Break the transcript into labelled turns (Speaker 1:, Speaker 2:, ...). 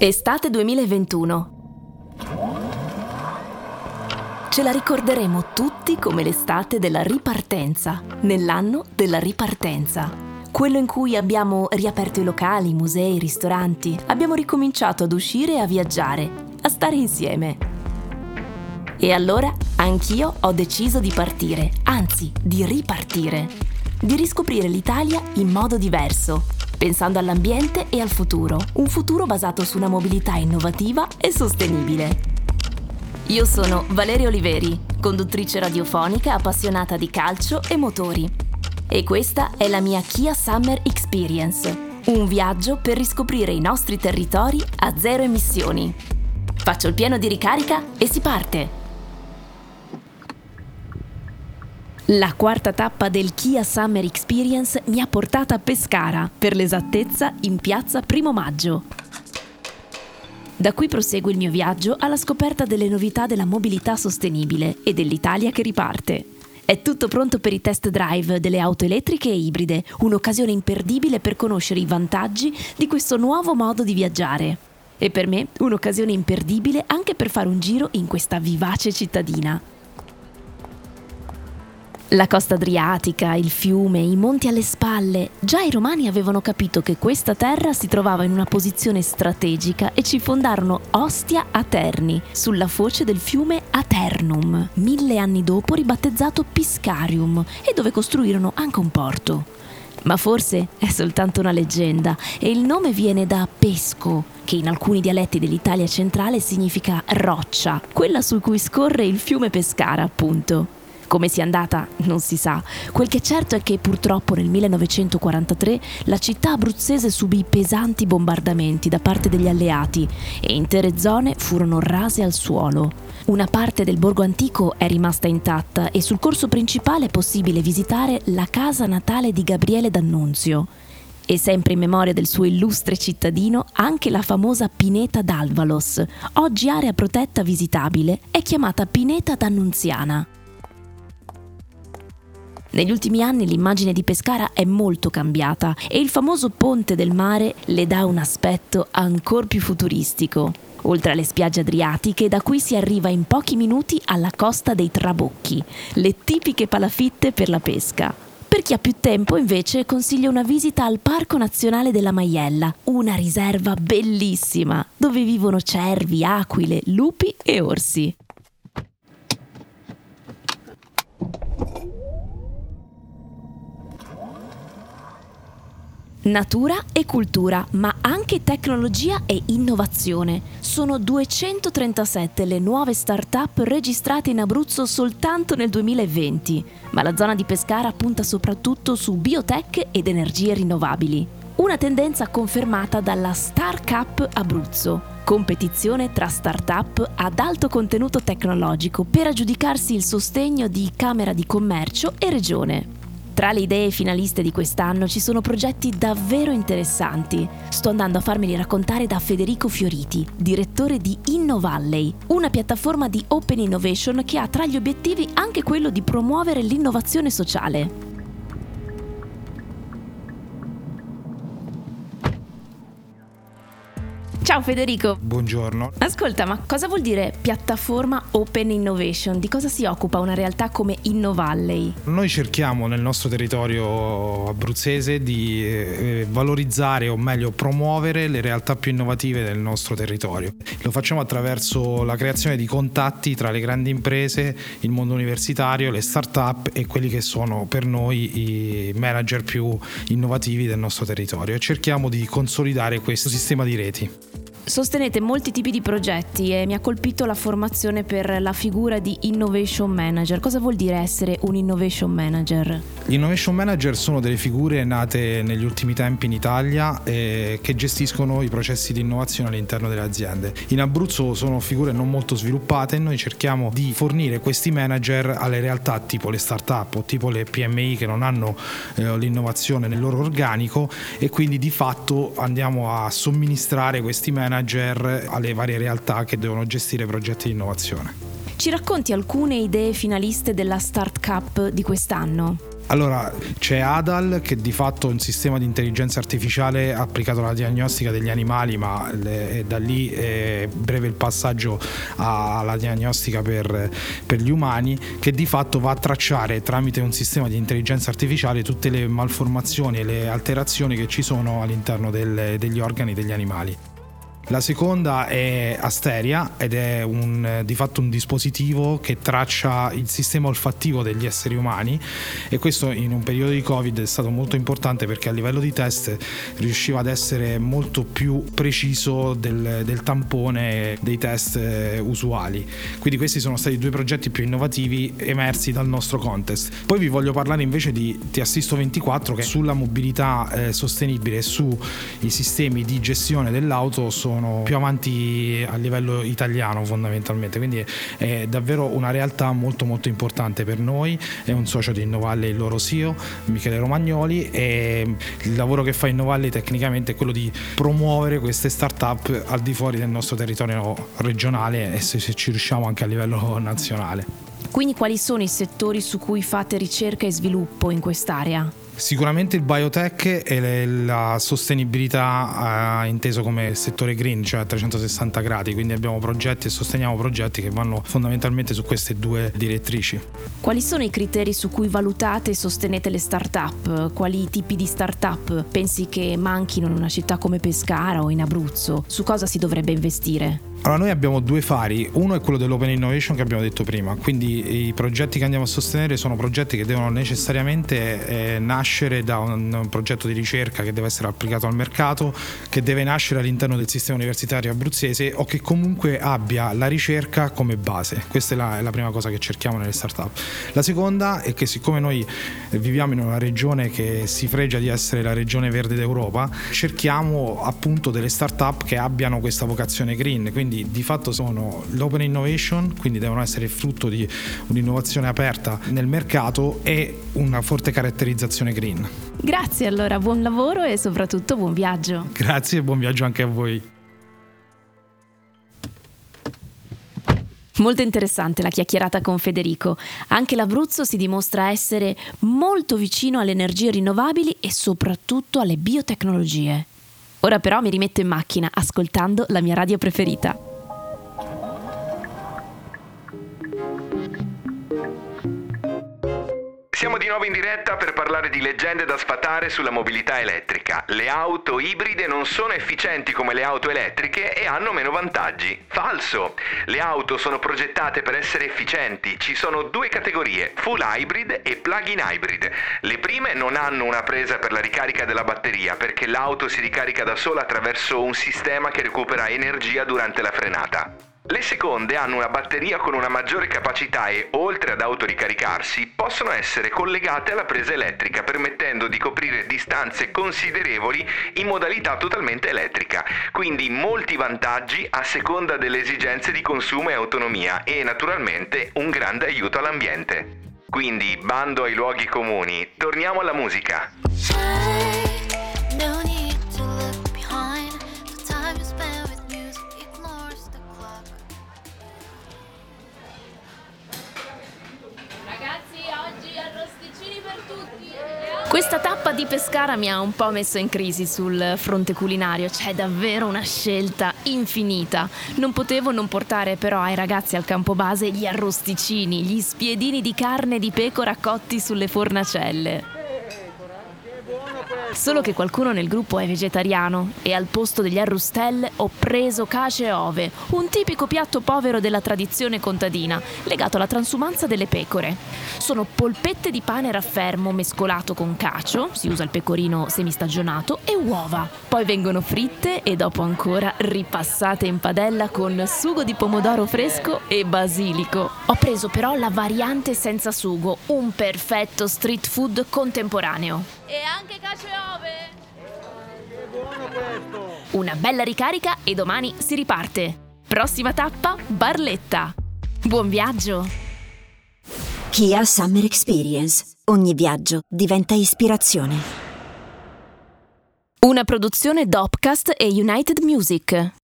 Speaker 1: Estate 2021. Ce la ricorderemo tutti come l'estate della ripartenza, nell'anno della ripartenza. Quello in cui abbiamo riaperto i locali, i musei, i ristoranti, abbiamo ricominciato ad uscire e a viaggiare, a stare insieme. E allora anch'io ho deciso di partire, anzi di ripartire, di riscoprire l'Italia in modo diverso, pensando all'ambiente e al futuro, un futuro basato su una mobilità innovativa e sostenibile. Io sono Valeria Oliveri, conduttrice radiofonica appassionata di calcio e motori. E questa è la mia Kia Summer Experience, un viaggio per riscoprire i nostri territori a zero emissioni. Faccio il pieno di ricarica e si parte! La quarta tappa del Kia Summer Experience mi ha portata a Pescara, per l'esattezza in piazza Primo Maggio. Da qui prosegue il mio viaggio alla scoperta delle novità della mobilità sostenibile e dell'Italia che riparte. È tutto pronto per i test drive delle auto elettriche e ibride, un'occasione imperdibile per conoscere i vantaggi di questo nuovo modo di viaggiare. E per me un'occasione imperdibile anche per fare un giro in questa vivace cittadina. La costa adriatica, il fiume, i monti alle spalle, già i romani avevano capito che questa terra si trovava in una posizione strategica e ci fondarono Ostia a Terni, sulla foce del fiume Aternum, 1000 anni dopo ribattezzato Piscarium, e dove costruirono anche un porto. Ma forse è soltanto una leggenda e il nome viene da pesco, che in alcuni dialetti dell'Italia centrale significa roccia, quella su cui scorre il fiume Pescara, appunto. Come sia andata non si sa. Quel che è certo è che purtroppo nel 1943 la città abruzzese subì pesanti bombardamenti da parte degli alleati e intere zone furono rase al suolo. Una parte del borgo antico è rimasta intatta e sul corso principale è possibile visitare la casa natale di Gabriele D'Annunzio. E sempre in memoria del suo illustre cittadino, anche la famosa Pineta d'Alvalos, oggi area protetta visitabile, è chiamata Pineta d'Annunziana. Negli ultimi anni l'immagine di Pescara è molto cambiata e il famoso ponte del mare le dà un aspetto ancor più futuristico. Oltre alle spiagge adriatiche, da qui si arriva in pochi minuti alla costa dei Trabocchi, le tipiche palafitte per la pesca. Per chi ha più tempo, invece, consiglio una visita al Parco Nazionale della Maiella, una riserva bellissima, dove vivono cervi, aquile, lupi e orsi. Natura e cultura, ma anche tecnologia e innovazione. Sono 237 le nuove start-up registrate in Abruzzo soltanto nel 2020, ma la zona di Pescara punta soprattutto su biotech ed energie rinnovabili. Una tendenza confermata dalla Star Cup Abruzzo, competizione tra start-up ad alto contenuto tecnologico per aggiudicarsi il sostegno di Camera di Commercio e Regione. Tra le idee finaliste di quest'anno ci sono progetti davvero interessanti. Sto andando a farmeli raccontare da Federico Fioriti, direttore di InnoValley, una piattaforma di Open Innovation che ha tra gli obiettivi anche quello di promuovere l'innovazione sociale. Ciao Federico.
Speaker 2: Buongiorno.
Speaker 1: Ascolta, ma cosa vuol dire piattaforma Open Innovation? Di cosa si occupa una realtà come InnoValley?
Speaker 2: Noi cerchiamo nel nostro territorio abruzzese di valorizzare, o meglio promuovere, le realtà più innovative del nostro territorio. Lo facciamo attraverso la creazione di contatti tra le grandi imprese, il mondo universitario, le start-up e quelli che sono per noi i manager più innovativi del nostro territorio, e cerchiamo di consolidare questo sistema di reti.
Speaker 1: Sostenete molti tipi di progetti e mi ha colpito la formazione per la figura di Innovation Manager. Cosa vuol dire essere un Innovation Manager?
Speaker 2: Gli Innovation Manager sono delle figure nate negli ultimi tempi in Italia che gestiscono i processi di innovazione all'interno delle aziende. In Abruzzo sono figure non molto sviluppate e noi cerchiamo di fornire questi manager alle realtà tipo le start-up o tipo le PMI che non hanno l'innovazione nel loro organico, e quindi di fatto andiamo a somministrare questi manager alle varie realtà che devono gestire progetti di innovazione.
Speaker 1: Ci racconti alcune idee finaliste della Start Cup di quest'anno?
Speaker 2: Allora, c'è ADAL, che di fatto è un sistema di intelligenza artificiale applicato alla diagnostica degli animali, ma da lì è breve il passaggio alla diagnostica per gli umani, che di fatto va a tracciare tramite un sistema di intelligenza artificiale tutte le malformazioni e le alterazioni che ci sono all'interno degli organi degli animali. La seconda è Asteria ed è di fatto un dispositivo che traccia il sistema olfattivo degli esseri umani, e questo in un periodo di Covid è stato molto importante perché a livello di test riusciva ad essere molto più preciso del tampone dei test usuali. Quindi questi sono stati 2 progetti più innovativi emersi dal nostro contest. Poi vi voglio parlare invece di Ti Assisto 24, che sulla mobilità sostenibile e sui sistemi di gestione dell'auto sono più avanti a livello italiano fondamentalmente, quindi è davvero una realtà molto molto importante per noi. È un socio di Innovalley, il loro CEO Michele Romagnoli, e il lavoro che fa Innovalley tecnicamente è quello di promuovere queste start-up al di fuori del nostro territorio regionale e se ci riusciamo anche a livello nazionale.
Speaker 1: Quindi quali sono i settori su cui fate ricerca e sviluppo in quest'area?
Speaker 2: Sicuramente il biotech e la sostenibilità inteso come settore green, cioè a 360 gradi, quindi abbiamo progetti e sosteniamo progetti che vanno fondamentalmente su queste 2 direttrici.
Speaker 1: Quali sono i criteri su cui valutate e sostenete le start-up? Quali tipi di start-up pensi che manchino in una città come Pescara o in Abruzzo? Su cosa si dovrebbe investire?
Speaker 2: Allora, noi abbiamo 2 fari, uno è quello dell'open innovation che abbiamo detto prima, quindi i progetti che andiamo a sostenere sono progetti che devono necessariamente nascere da un progetto di ricerca che deve essere applicato al mercato, che deve nascere all'interno del sistema universitario abruzzese o che comunque abbia la ricerca come base. Questa è la prima cosa che cerchiamo nelle startup. La seconda è che siccome noi viviamo in una regione che si fregia di essere la regione verde d'Europa, cerchiamo appunto delle startup che abbiano questa vocazione green, quindi di fatto sono l'open innovation, quindi devono essere il frutto di un'innovazione aperta nel mercato e una forte caratterizzazione green.
Speaker 1: Grazie, allora buon lavoro e soprattutto buon viaggio.
Speaker 2: Grazie e buon viaggio anche a voi.
Speaker 1: Molto interessante la chiacchierata con Federico. Anche l'Abruzzo si dimostra essere molto vicino alle energie rinnovabili e soprattutto alle biotecnologie. Ora però mi rimetto in macchina ascoltando la mia radio preferita.
Speaker 3: Siamo di nuovo in diretta per parlare di leggende da sfatare sulla mobilità elettrica. Le auto ibride non sono efficienti come le auto elettriche e hanno meno vantaggi. Falso! Le auto sono progettate per essere efficienti. Ci sono 2 categorie, full hybrid e plug-in hybrid. Le prime non hanno una presa per la ricarica della batteria perché l'auto si ricarica da sola attraverso un sistema che recupera energia durante la frenata. Le seconde hanno una batteria con una maggiore capacità e, oltre ad autoricaricarsi, possono essere collegate alla presa elettrica, permettendo di coprire distanze considerevoli in modalità totalmente elettrica. Quindi molti vantaggi a seconda delle esigenze di consumo e autonomia e, naturalmente, un grande aiuto all'ambiente. Quindi, bando ai luoghi comuni, torniamo alla musica.
Speaker 1: Questa tappa di Pescara mi ha un po' messo in crisi sul fronte culinario, c'è davvero una scelta infinita. Non potevo non portare però ai ragazzi al campo base gli arrosticini, gli spiedini di carne di pecora cotti sulle fornacelle. Solo che qualcuno nel gruppo è vegetariano e al posto degli arrustelle ho preso cace e ove, un tipico piatto povero della tradizione contadina, legato alla transumanza delle pecore. Sono polpette di pane raffermo mescolato con cacio, si usa il pecorino semistagionato, e uova. Poi vengono fritte e dopo ancora ripassate in padella con sugo di pomodoro fresco e basilico. Ho preso però la variante senza sugo, un perfetto street food contemporaneo. E anche cacio e ove. Che buono questo! Una bella ricarica e domani si riparte. Prossima tappa, Barletta. Buon viaggio!
Speaker 4: Kia Summer Experience. Ogni viaggio diventa ispirazione.
Speaker 1: Una produzione Dopcast e United Music.